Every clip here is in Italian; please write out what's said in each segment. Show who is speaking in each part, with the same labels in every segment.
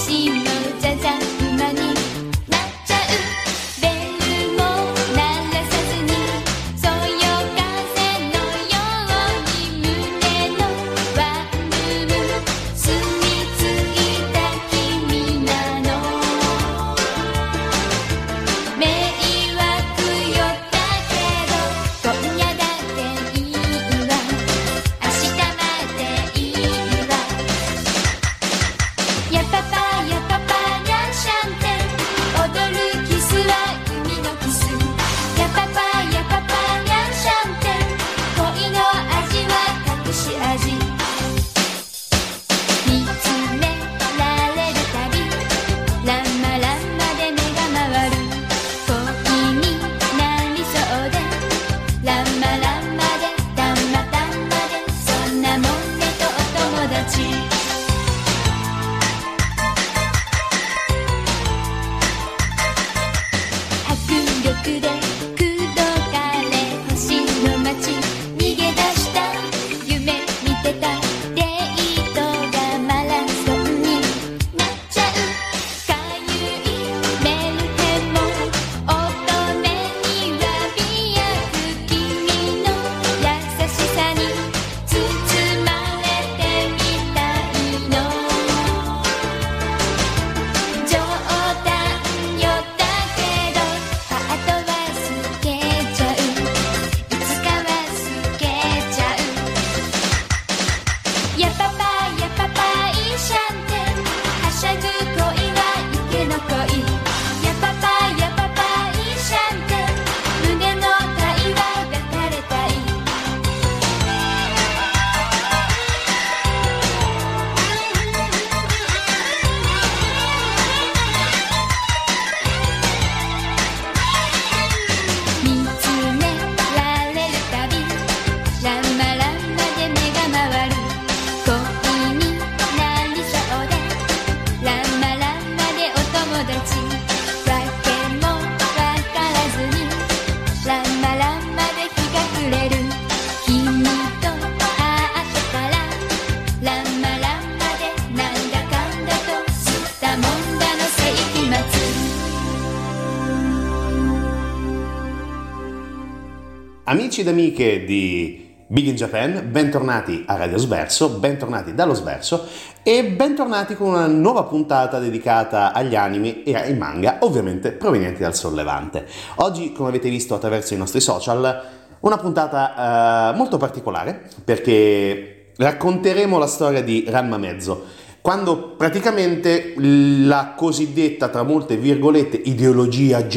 Speaker 1: Amici ed amiche di Big in Japan, bentornati a Radio Sverso, bentornati dallo Sverso e bentornati con una nuova puntata dedicata agli anime e ai manga, ovviamente provenienti dal Sollevante. Oggi, come avete visto attraverso i nostri social, una puntata molto particolare perché racconteremo la storia di Ranma Mezzo, quando praticamente la cosiddetta, tra molte virgolette, ideologia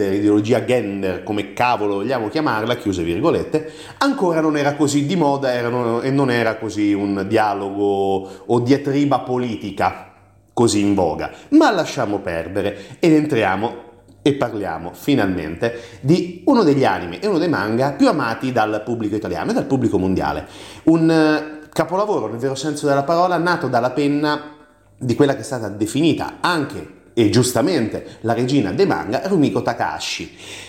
Speaker 1: gender, come cavolo vogliamo chiamarla, chiuse virgolette, ancora non era così di moda e non era così un dialogo o diatriba politica così in voga. Ma lasciamo perdere ed entriamo e parliamo finalmente di uno degli anime e uno dei manga più amati dal pubblico italiano e dal pubblico mondiale. Un capolavoro nel vero senso della parola, nato dalla penna di quella che è stata definita anche e giustamente la regina dei manga, Rumiko Takahashi.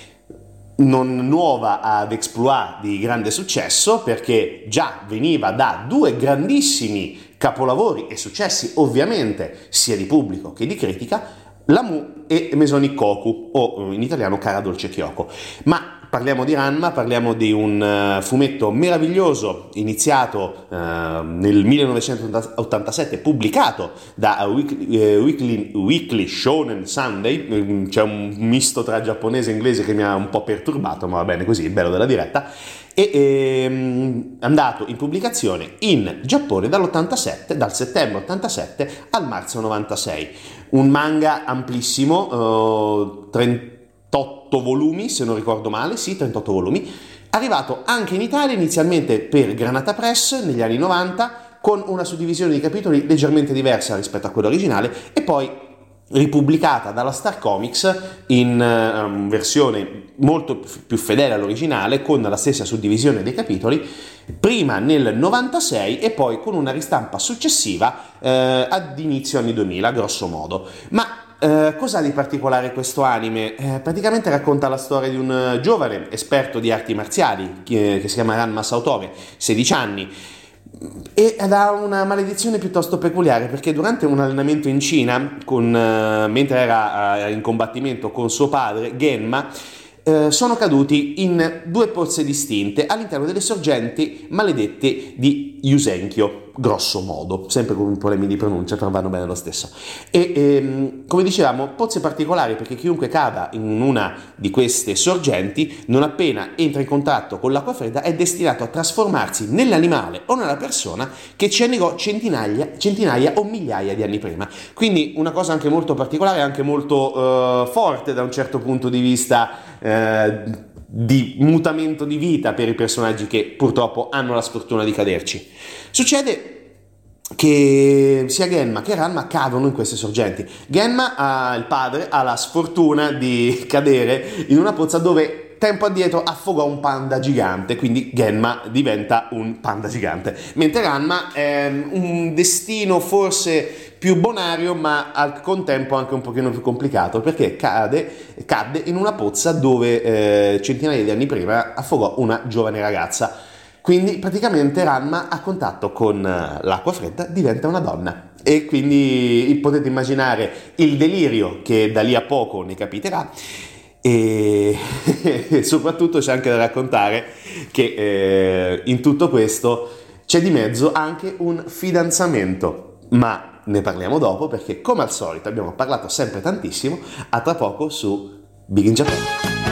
Speaker 1: Non nuova ad exploit di grande successo, perché già veniva da due grandissimi capolavori e successi ovviamente sia di pubblico che di critica, Lamu e Maison Ikkoku, o in italiano Cara Dolce Kyoko. Ma parliamo di Ranma, parliamo di un fumetto meraviglioso iniziato nel 1987, pubblicato da Weekly Shonen Sunday. C'è un misto tra giapponese e inglese che mi ha un po' perturbato, ma va bene così, il bello della diretta, e andato in pubblicazione in Giappone dal settembre 87 al marzo 96. Un manga amplissimo, 38 volumi, se non ricordo male, sì, 38 volumi, arrivato anche in Italia inizialmente per Granata Press negli anni 90, con una suddivisione di capitoli leggermente diversa rispetto a quella originale, e poi ripubblicata dalla Star Comics in versione molto più fedele all'originale, con la stessa suddivisione dei capitoli, prima nel 96 e poi con una ristampa successiva ad inizio anni 2000, grosso modo. Ma cos'ha di particolare questo anime? Praticamente racconta la storia di un giovane esperto di arti marziali che si chiama Ranma Saotome, 16 anni, ed ha una maledizione piuttosto peculiare, perché durante un allenamento in Cina, mentre era in combattimento con suo padre, Genma, sono caduti in due pozze distinte all'interno delle sorgenti maledette di Yusenkyo, grosso modo, sempre con problemi di pronuncia, però vanno bene lo stesso. E come dicevamo, pozze particolari, perché chiunque cada in una di queste sorgenti, non appena entra in contatto con l'acqua fredda, è destinato a trasformarsi nell'animale o nella persona che ci annegò centinaia o migliaia di anni prima. Quindi una cosa anche molto particolare, anche molto forte da un certo punto di vista di mutamento di vita per i personaggi che purtroppo hanno la sfortuna di caderci. Succede che sia Genma che Ranma cadono in queste sorgenti. Genma, il padre, ha la sfortuna di cadere in una pozza dove tempo addietro affogò un panda gigante, quindi Genma diventa un panda gigante, mentre Ranma è un destino forse più bonario, ma al contempo anche un pochino più complicato, perché cadde in una pozza dove centinaia di anni prima affogò una giovane ragazza. Quindi praticamente Ranma, a contatto con l'acqua fredda, diventa una donna, e quindi potete immaginare il delirio che da lì a poco ne capiterà. E soprattutto c'è anche da raccontare che in tutto questo c'è di mezzo anche un fidanzamento, ma ne parliamo dopo, perché come al solito abbiamo parlato sempre tantissimo. A tra poco su Big in Japan.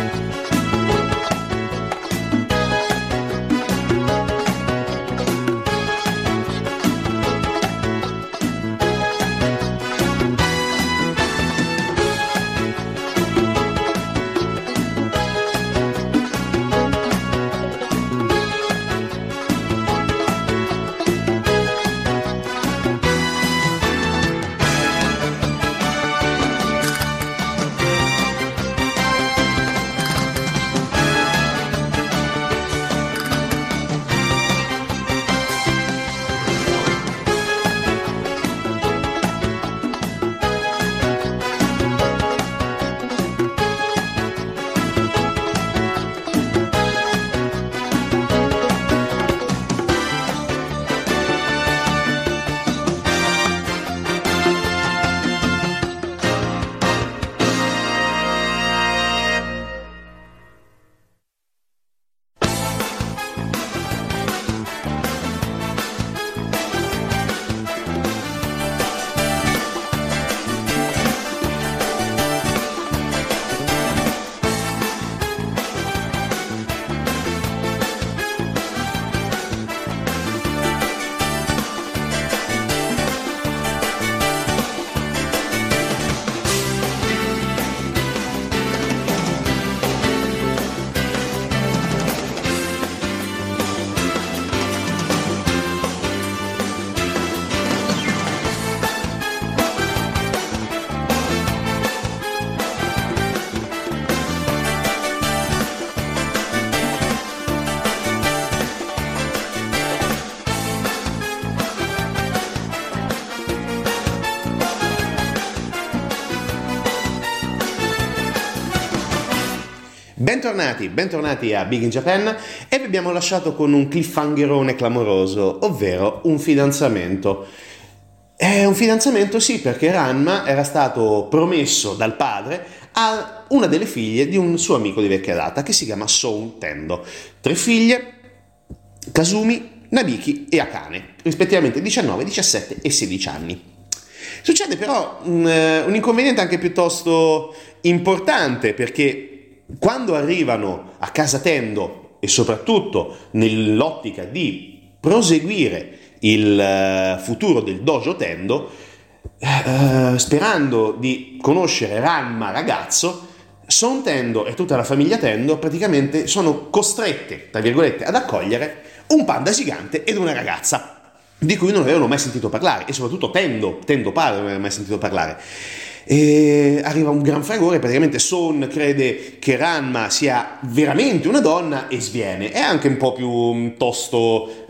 Speaker 1: Bentornati a Big in Japan, e vi abbiamo lasciato con un cliffhangerone clamoroso, ovvero un fidanzamento. È un fidanzamento, sì, perché Ranma era stato promesso dal padre a una delle figlie di un suo amico di vecchia data che si chiama Son Tendo. 3 figlie: Kasumi, Nabiki e Akane, rispettivamente 19, 17 e 16 anni. Succede però un inconveniente anche piuttosto importante, perché quando arrivano a casa Tendo, e soprattutto nell'ottica di proseguire il futuro del dojo Tendo, sperando di conoscere Ranma ragazzo, Son Tendo e tutta la famiglia Tendo praticamente sono costrette, tra virgolette, ad accogliere un panda gigante ed una ragazza di cui non avevano mai sentito parlare, e soprattutto Tendo padre non aveva mai sentito parlare. E arriva un gran fragore, praticamente Son crede che Ranma sia veramente una donna e sviene. È anche un po' più tosto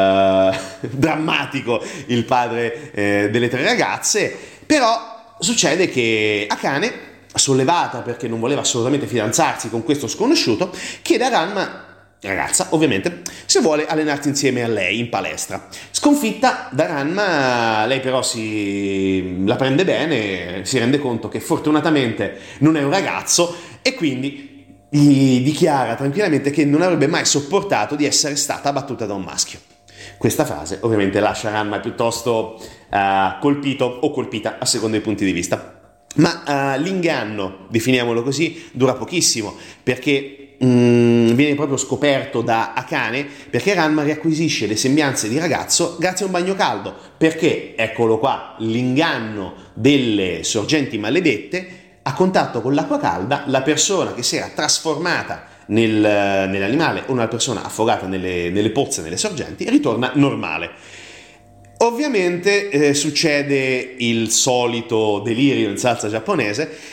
Speaker 1: drammatico il padre delle 3 ragazze, però succede che Akane, sollevata perché non voleva assolutamente fidanzarsi con questo sconosciuto, chiede a Ranma ragazza ovviamente, se vuole allenarsi insieme a lei in palestra. Sconfitta da Ranma, lei però la prende bene, si rende conto che fortunatamente non è un ragazzo e quindi gli dichiara tranquillamente che non avrebbe mai sopportato di essere stata battuta da un maschio. Questa frase ovviamente lascia Ranma piuttosto colpito o colpita a seconda dei punti di vista. Ma l'inganno, definiamolo così, dura pochissimo, perché viene proprio scoperto da Akane, perché Ranma riacquisisce le sembianze di ragazzo grazie a un bagno caldo, perché, eccolo qua, l'inganno delle sorgenti maledette: a contatto con l'acqua calda la persona che si era trasformata nell'animale o una persona affogata nelle pozze, nelle sorgenti, ritorna normale. Ovviamente succede il solito delirio in salsa giapponese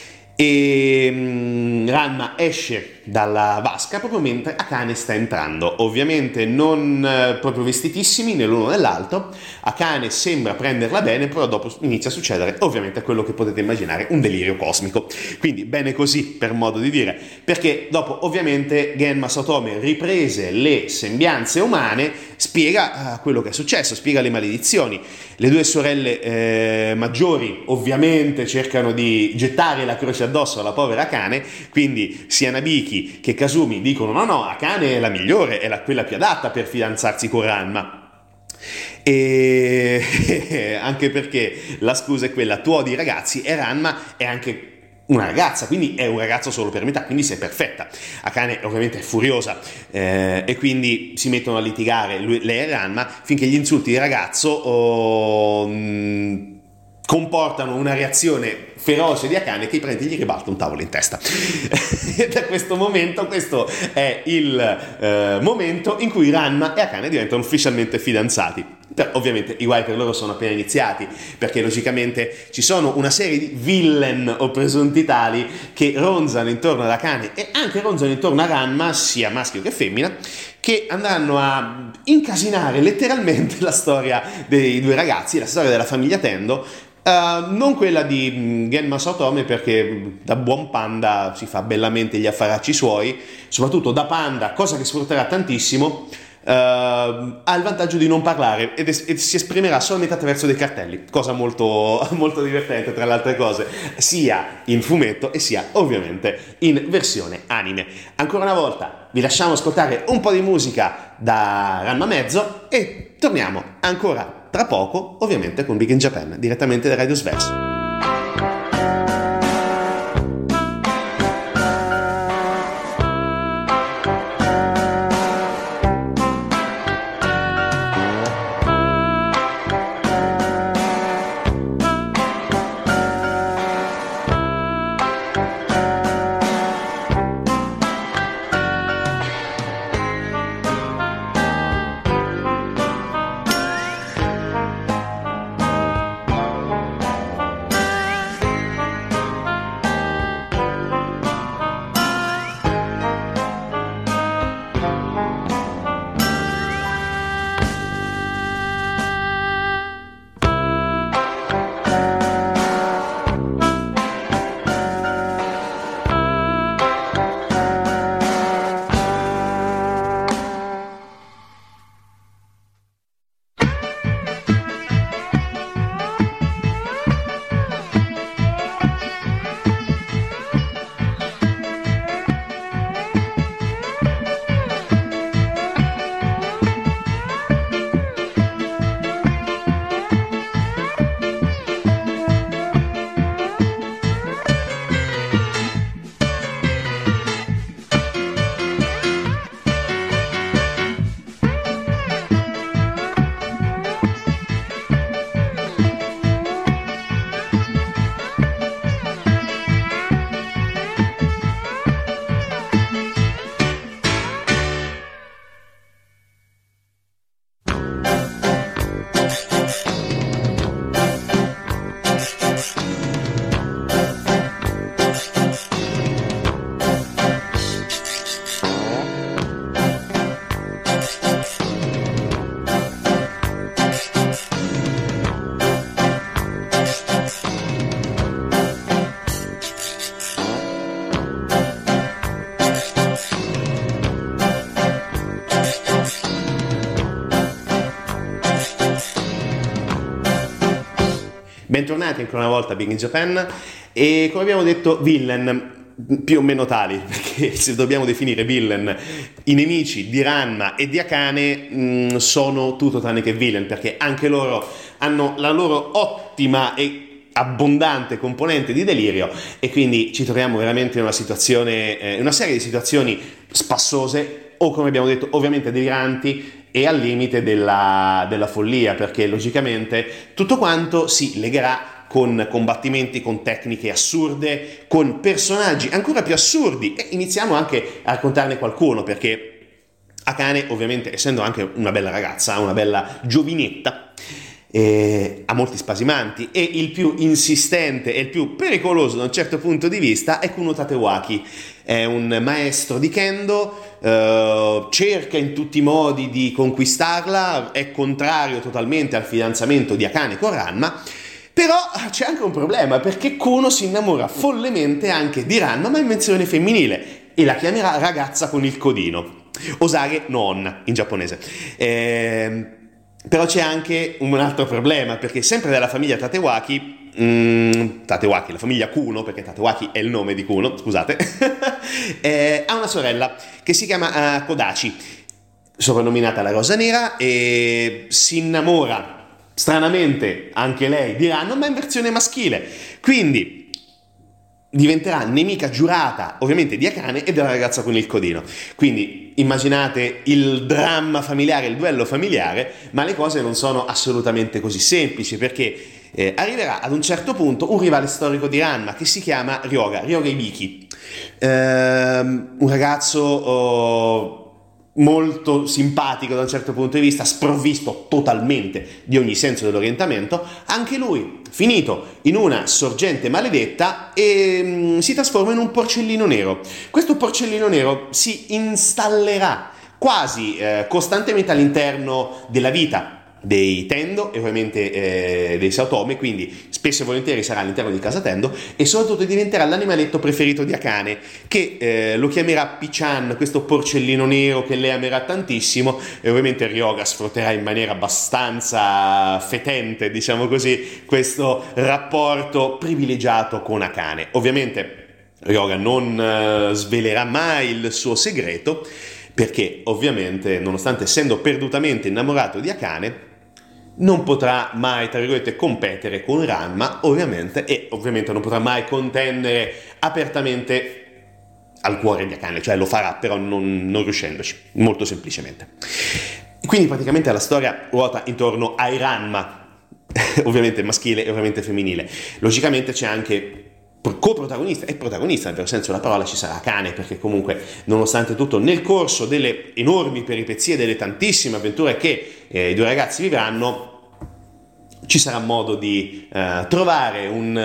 Speaker 1: e Ranma esce dalla vasca proprio mentre Akane sta entrando, ovviamente non proprio vestitissimi né l'uno né l'altro. Akane sembra prenderla bene, però dopo inizia a succedere ovviamente quello che potete immaginare, un delirio cosmico. Quindi bene così, per modo di dire, perché dopo ovviamente Genma Sotome, riprese le sembianze umane, spiega quello che è successo, spiega le maledizioni. Le due sorelle maggiori ovviamente cercano di gettare la croce addosso alla povera Akane, quindi sia Nabiki che Kasumi dicono no, Akane è la migliore, è quella più adatta per fidanzarsi con Ranma. E anche perché la scusa è quella: tu odi i ragazzi e Ranma è anche una ragazza, quindi è un ragazzo solo per metà, quindi sei perfetta. Akane ovviamente è furiosa e quindi si mettono a litigare lei e Ranma finché gli insulti di ragazzo comportano una reazione feroce di Akane che gli ribalta un tavolo in testa. E da questo momento, questo è il momento in cui Ranma e Akane diventano ufficialmente fidanzati. Ovviamente i guai per loro sono appena iniziati, perché logicamente ci sono una serie di villain o presunti tali che ronzano intorno ad Akane e anche ronzano intorno a Ranma, sia maschio che femmina, che andranno a incasinare letteralmente la storia dei due ragazzi, la storia della famiglia Tendo. Non quella di Genma Sotome, perché da buon panda si fa bellamente gli affaracci suoi, soprattutto da panda, cosa che sfrutterà tantissimo. Ha il vantaggio di non parlare e si esprimerà solamente attraverso dei cartelli, cosa molto, molto divertente tra le altre cose, sia in fumetto e sia ovviamente in versione anime. Ancora una volta vi lasciamo ascoltare un po' di musica da Ranma Mezzo e torniamo ancora tra poco, ovviamente, con Big in Japan, direttamente da Radio Sverso. Bentornati ancora una volta a Big in Japan e come abbiamo detto villain più o meno tali, perché se dobbiamo definire villain i nemici di Ranma e di Akane sono tutto tranne che villain, perché anche loro hanno la loro ottima e abbondante componente di delirio e quindi ci troviamo veramente in una situazione, una serie di situazioni spassose o, come abbiamo detto, ovviamente deliranti e al limite della follia, perché logicamente tutto quanto si legherà con combattimenti, con tecniche assurde, con personaggi ancora più assurdi, e iniziamo anche a raccontarne qualcuno, perché Akane, ovviamente, essendo anche una bella ragazza, una bella giovinetta, ha molti spasimanti, e il più insistente e il più pericoloso da un certo punto di vista è Kuno Tatewaki. È un maestro di kendo, cerca in tutti i modi di conquistarla, è contrario totalmente al fidanzamento di Akane con Ranma. Però c'è anche un problema, perché Kuno si innamora follemente anche di Ranma, ma in versione femminile, e la chiamerà ragazza con il codino, Osage no Onna in giapponese. Però c'è anche un altro problema, perché sempre della famiglia Tatewaki, la famiglia Kuno, perché Tatewaki è il nome di Kuno, scusate, ha una sorella che si chiama Kodachi, soprannominata la Rosa Nera, e si innamora stranamente anche lei di Ranma, ma in versione maschile, quindi diventerà nemica giurata ovviamente di Akane e della ragazza con il codino. Quindi immaginate il dramma familiare, il duello familiare, ma le cose non sono assolutamente così semplici, perché arriverà ad un certo punto un rivale storico di Ranma che si chiama Ryoga Ibiki, un ragazzo molto simpatico da un certo punto di vista, sprovvisto totalmente di ogni senso dell'orientamento, anche lui finito in una sorgente maledetta e si trasforma in un porcellino nero. Questo porcellino nero si installerà quasi costantemente all'interno della vita dei Tendo e ovviamente dei Saotome, quindi spesso e volentieri sarà all'interno di casa Tendo, e soprattutto diventerà l'animaletto preferito di Akane, che lo chiamerà Pichan, questo porcellino nero che lei amerà tantissimo, e ovviamente Ryoga sfrutterà in maniera abbastanza fetente, diciamo così, questo rapporto privilegiato con Akane. Ovviamente Ryoga non svelerà mai il suo segreto, perché ovviamente, nonostante essendo perdutamente innamorato di Akane, non potrà mai, tra virgolette, competere con Ranma, ovviamente, e ovviamente non potrà mai contendere apertamente al cuore di Akane, cioè lo farà però non riuscendoci, molto semplicemente. Quindi praticamente la storia ruota intorno ai Ranma, ovviamente maschile e ovviamente femminile. Logicamente c'è anche coprotagonista e protagonista, nel vero senso della parola, ci sarà Akane, perché comunque nonostante tutto nel corso delle enormi peripezie, delle tantissime avventure che i due ragazzi vivranno, ci sarà modo di trovare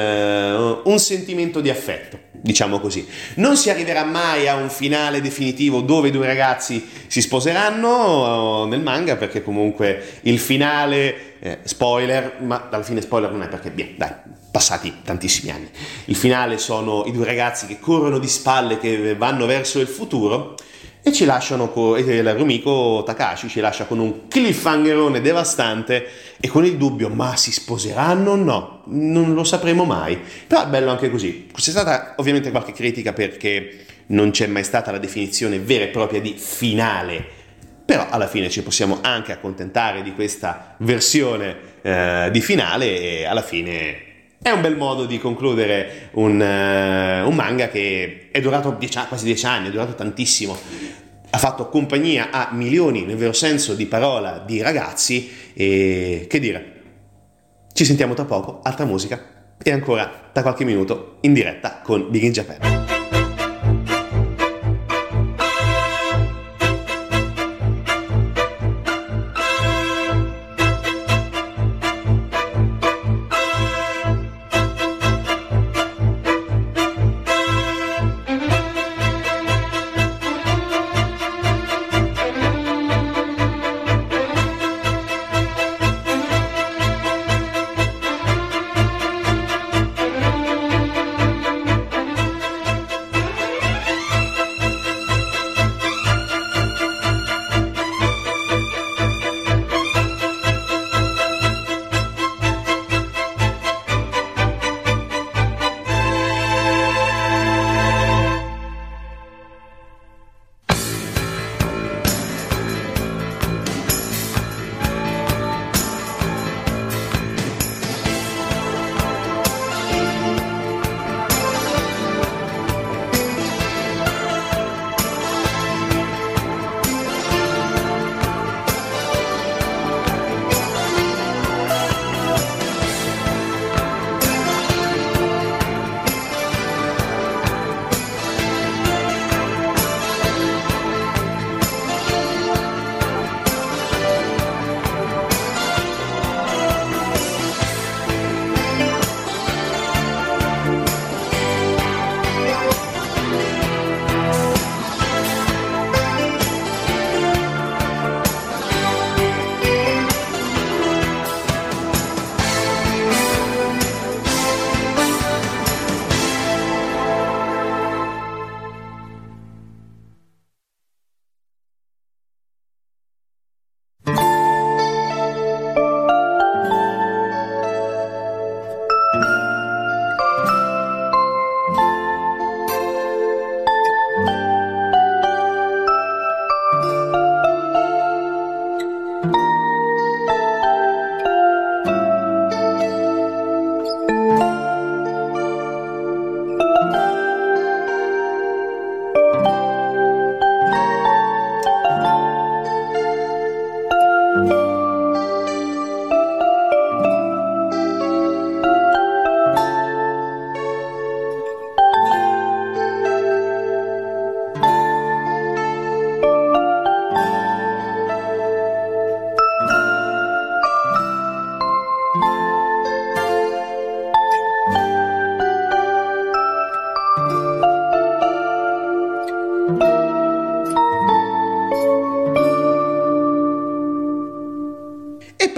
Speaker 1: un sentimento di affetto, diciamo così. Non si arriverà mai a un finale definitivo dove i due ragazzi si sposeranno nel manga, perché comunque il finale, spoiler, ma alla fine spoiler non è, perché dai, passati tantissimi anni. Il finale sono i due ragazzi che corrono di spalle, che vanno verso il futuro, e ci lasciano Rumiko Takahashi ci lascia con un cliffhangerone devastante e con il dubbio: ma si sposeranno o no? Non lo sapremo mai. Però è bello anche così. C'è stata ovviamente qualche critica perché non c'è mai stata la definizione vera e propria di finale, però alla fine ci possiamo anche accontentare di questa versione di finale, e alla fine è un bel modo di concludere un manga che è durato quasi 10 anni, è durato tantissimo, ha fatto compagnia a milioni, nel vero senso di parola, di ragazzi, e che dire, ci sentiamo tra poco, altra musica, e ancora tra qualche minuto in diretta con Big in Japan.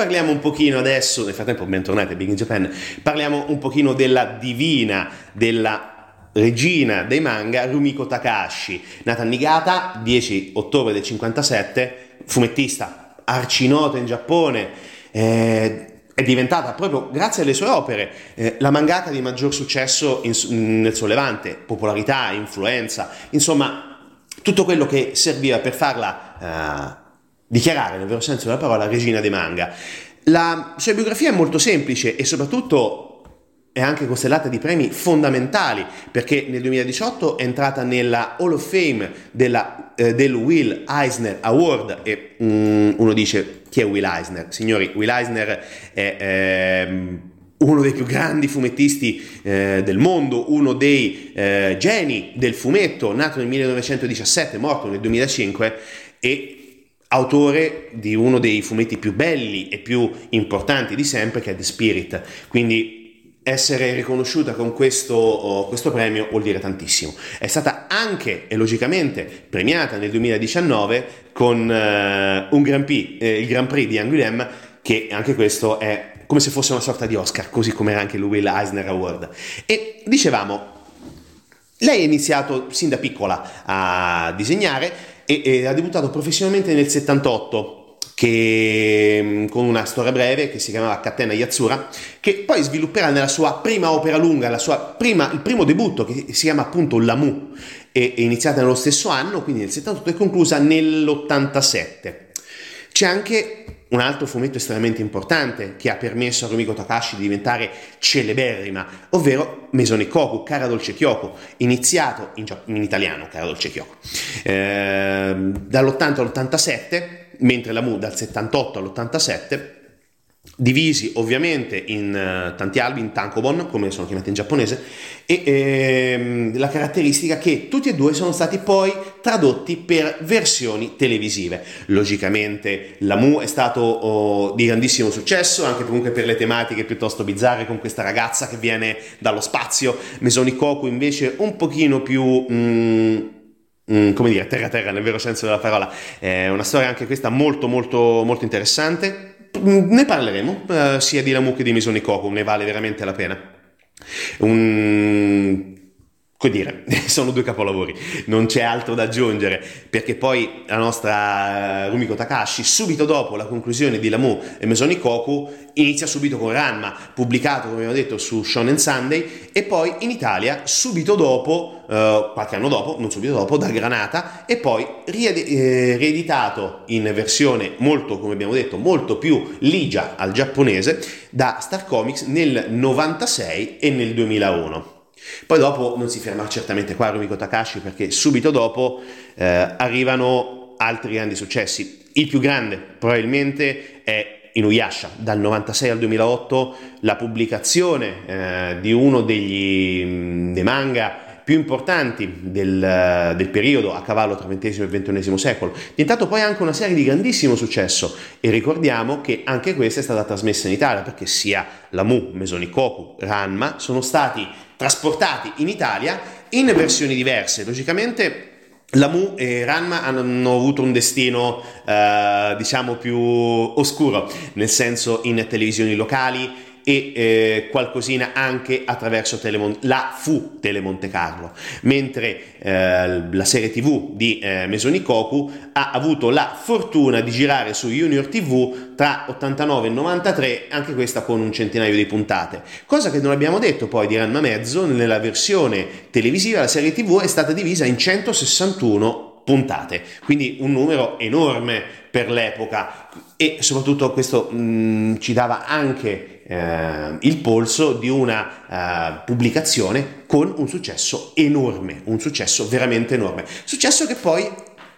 Speaker 1: parliamo un pochino adesso, nel frattempo bentornati a Big in Japan, parliamo un pochino della divina, della regina dei manga, Rumiko Takahashi, nata a Niigata 10 ottobre del 57, fumettista arcinota in Giappone, è diventata proprio grazie alle sue opere la mangaka di maggior successo nel suo levante, popolarità, influenza, insomma tutto quello che serviva per farla dichiarare nel vero senso della parola regina dei manga. La sua biografia è molto semplice e soprattutto è anche costellata di premi fondamentali, perché nel 2018 è entrata nella Hall of Fame del Will Eisner Award e uno dice: chi è Will Eisner? Signori, Will Eisner è uno dei più grandi fumettisti del mondo, uno dei geni del fumetto, nato nel 1917, morto nel 2005 e autore di uno dei fumetti più belli e più importanti di sempre, che è The Spirit. Quindi essere riconosciuta con questo premio vuol dire tantissimo. È stata anche e logicamente premiata nel 2019 con il Grand Prix di Angoulême, che anche questo è come se fosse una sorta di Oscar, così come era anche il Will Eisner Award. E dicevamo, lei ha iniziato sin da piccola a disegnare e ha debuttato professionalmente nel 78, con una storia breve che si chiamava Katena Yatsura, che poi svilupperà nella sua prima opera lunga, il primo debutto, che si chiama appunto Lamu, è iniziata nello stesso anno, quindi nel 78, e conclusa nell'87. C'è anche un altro fumetto estremamente importante che ha permesso a Rumiko Takahashi di diventare celeberrima, ovvero Maison Ikkoku, Cara Dolce Kyoko, iniziato in italiano, Cara Dolce Kyoko, dall'80 all'87, mentre Lamu dal 78 all'87, divisi ovviamente in tanti albi, in tankobon, come sono chiamati in giapponese, e la caratteristica che tutti e due sono stati poi tradotti per versioni televisive. Logicamente Lamu è stato di grandissimo successo, anche comunque per le tematiche piuttosto bizzarre, con questa ragazza che viene dallo spazio. Maison Ikkoku invece un pochino più come dire, terra nel vero senso della parola. È una storia anche questa molto molto molto interessante. Ne parleremo sia di Lamu che di Maison Ikkoku, ne vale veramente la pena. Come dire, sono due capolavori, non c'è altro da aggiungere, perché poi la nostra Rumiko Takahashi, subito dopo la conclusione di Lamu e Maison Ikkoku, inizia subito con Ranma, pubblicato, come abbiamo detto, su Shonen Sunday, e poi in Italia subito dopo, qualche anno dopo, non subito dopo, da Granata, e poi rieditato in versione molto, come abbiamo detto, molto più ligia al giapponese da Star Comics nel 96 e nel 2001. Poi dopo non si ferma certamente qua Rumiko Takahashi, perché subito dopo arrivano altri grandi successi. Il più grande probabilmente è Inuyasha, dal 96 al 2008, la pubblicazione di uno dei manga più importanti del periodo, a cavallo tra XX e XXI secolo, diventato poi anche una serie di grandissimo successo, e ricordiamo che anche questa è stata trasmessa in Italia, perché sia Lamu, Maison Ikkoku, Ranma sono stati trasportati in Italia in versioni diverse. Logicamente Lamu e Ranma hanno avuto un destino diciamo più oscuro, nel senso in televisioni locali e qualcosina anche attraverso la fu Telemonte Carlo, mentre la serie TV di Maison Ikkoku ha avuto la fortuna di girare su Junior TV tra 89 e 93, anche questa con un centinaio di puntate, cosa che non abbiamo detto poi di Ranma Mezzo. Nella versione televisiva la serie TV è stata divisa in 161 puntate, quindi un numero enorme per l'epoca, e soprattutto questo ci dava anche il polso di una pubblicazione con un successo enorme, un successo veramente enorme, successo che poi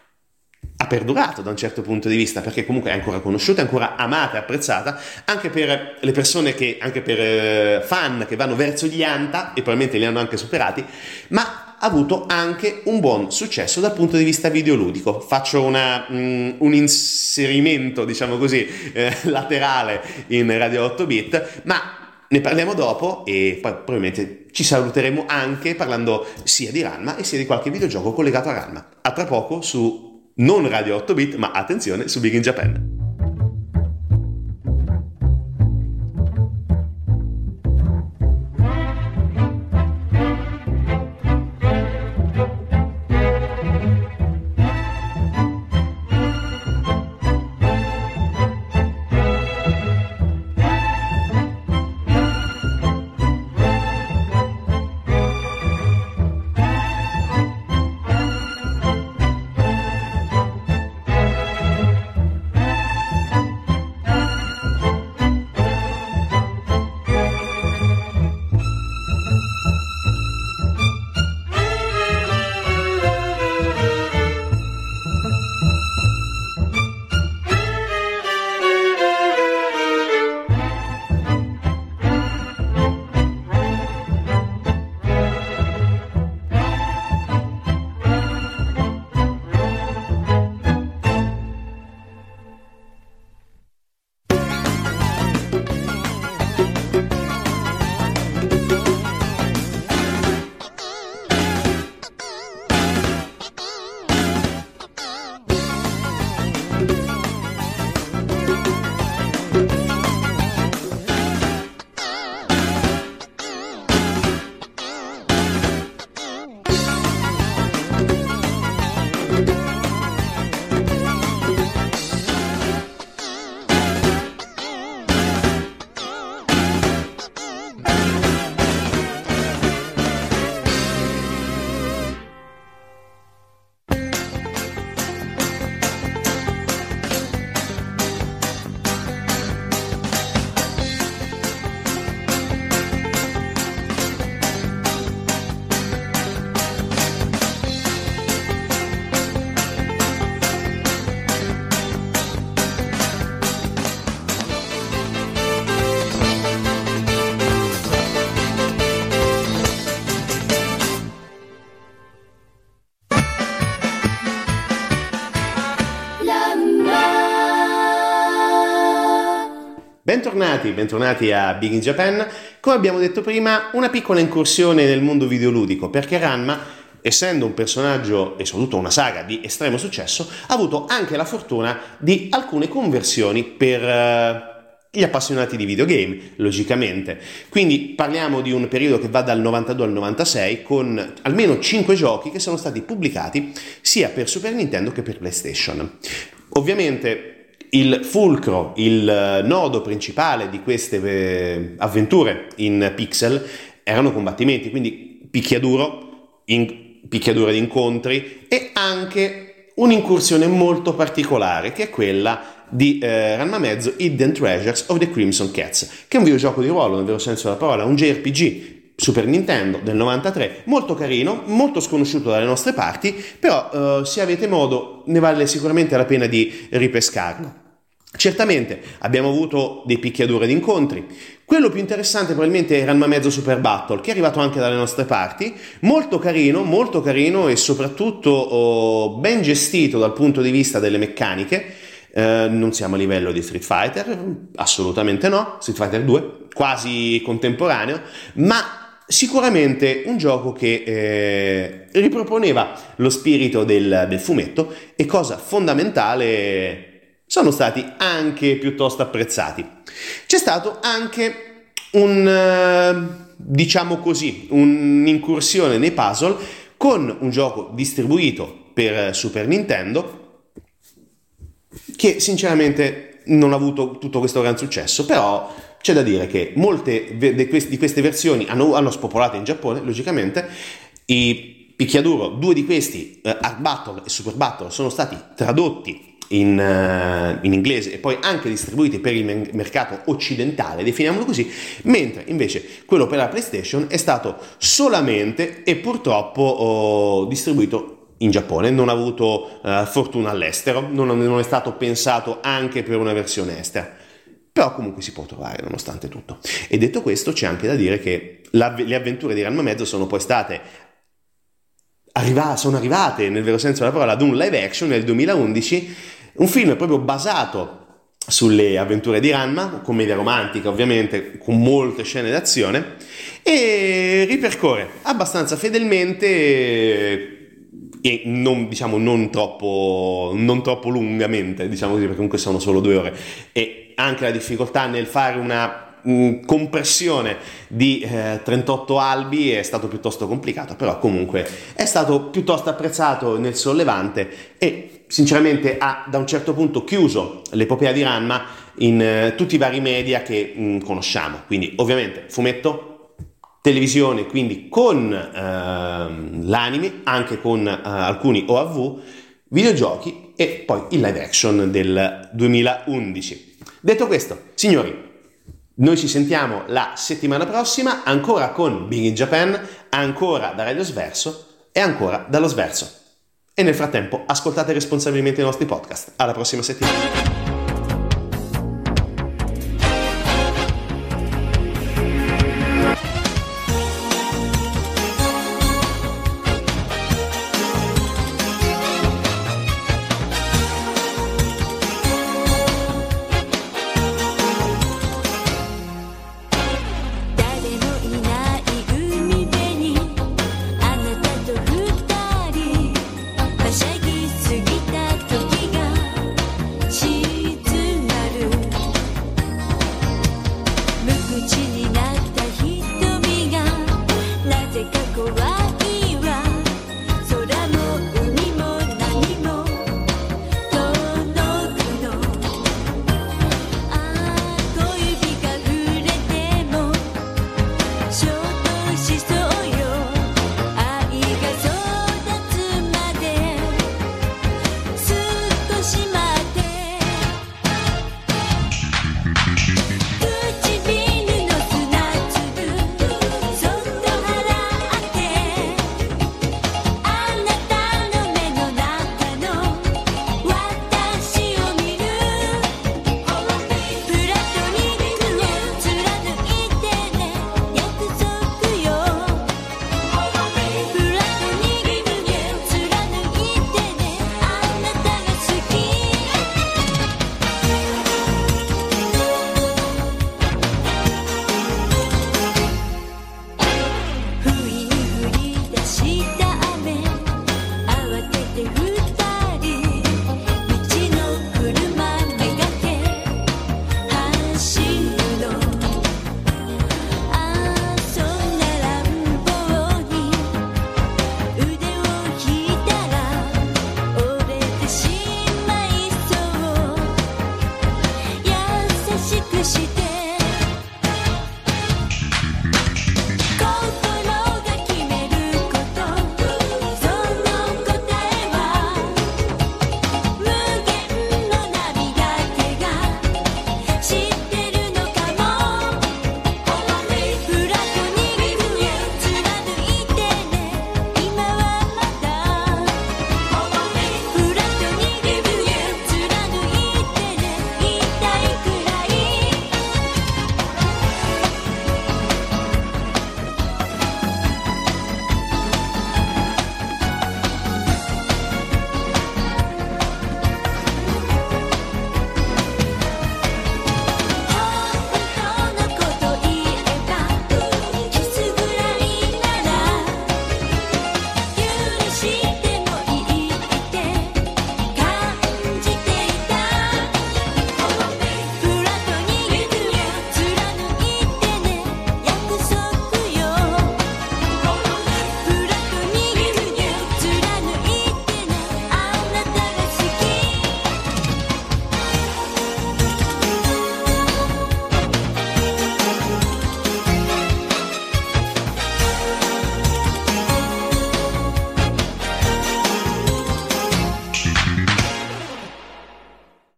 Speaker 1: ha perdurato da un certo punto di vista, perché comunque è ancora conosciuta, è ancora amata e apprezzata anche per le persone anche per fan che vanno verso gli anta, e probabilmente li hanno anche superati, ma ha avuto anche un buon successo dal punto di vista videoludico. Faccio un inserimento, diciamo così, laterale in Radio 8 Bit, ma ne parliamo dopo, e poi probabilmente ci saluteremo anche parlando sia di Ranma e sia di qualche videogioco collegato a Ranma. A tra poco su non Radio 8 Bit, ma attenzione, su Big in Japan. Bentornati a Big in Japan. Come abbiamo detto prima, una piccola incursione nel mondo videoludico, perché Ranma, essendo un personaggio e soprattutto una saga di estremo successo, ha avuto anche la fortuna di alcune conversioni per gli appassionati di videogame, logicamente. Quindi parliamo di un periodo che va dal 92 al 96 con almeno 5 giochi che sono stati pubblicati sia per Super Nintendo che per PlayStation. Ovviamente il fulcro, il nodo principale di queste avventure in pixel erano combattimenti, quindi picchiaduro di incontri e anche un'incursione molto particolare che è quella di Ranma mezzo Hidden Treasures of the Crimson Cats, che è un videogioco di ruolo nel vero senso della parola, un JRPG Super Nintendo del 93, molto carino, molto sconosciuto dalle nostre parti, però se avete modo ne vale sicuramente la pena di ripescarlo. Certamente abbiamo avuto dei picchiadure di incontri. Quello più interessante probabilmente è Ranma mezzo Super Battle, che è arrivato anche dalle nostre parti, molto carino e soprattutto ben gestito dal punto di vista delle meccaniche. Non siamo a livello di Street Fighter, assolutamente no, Street Fighter 2, quasi contemporaneo, ma sicuramente un gioco che riproponeva lo spirito del fumetto e, cosa fondamentale, sono stati anche piuttosto apprezzati. C'è stato anche diciamo così, un'incursione nei puzzle con un gioco distribuito per Super Nintendo che sinceramente non ha avuto tutto questo gran successo, però c'è da dire che molte di queste versioni hanno spopolato in Giappone, logicamente. I picchiaduro, 2 di questi, Art Battle e Super Battle, sono stati tradotti in inglese e poi anche distribuiti per il mercato occidentale, definiamolo così, mentre invece quello per la PlayStation è stato solamente e purtroppo distribuito in Giappone, non ha avuto fortuna all'estero, non è stato pensato anche per una versione estera, però comunque si può trovare nonostante tutto. E detto questo, c'è anche da dire che le avventure di Ranma mezzo sono poi state sono arrivate nel vero senso della parola ad un live action nel 2011, un film proprio basato sulle avventure di Ranma, commedia romantica ovviamente, con molte scene d'azione, e ripercorre abbastanza fedelmente e non troppo lungamente, diciamo così, perché comunque sono solo 2 ore, e anche la difficoltà nel fare una compressione di 38 albi è stato piuttosto complicato, però comunque è stato piuttosto apprezzato nel sollevante e sinceramente ha da un certo punto chiuso l'epopea di Ranma in tutti i vari media che conosciamo, quindi ovviamente fumetto, televisione, quindi con l'anime, anche con alcuni OAV, videogiochi e poi il live action del 2011. Detto questo, signori, noi ci sentiamo la settimana prossima, ancora con Big in Japan, ancora da Radio Sverso e ancora dallo Sverso. E nel frattempo ascoltate responsabilmente i nostri podcast. Alla prossima settimana.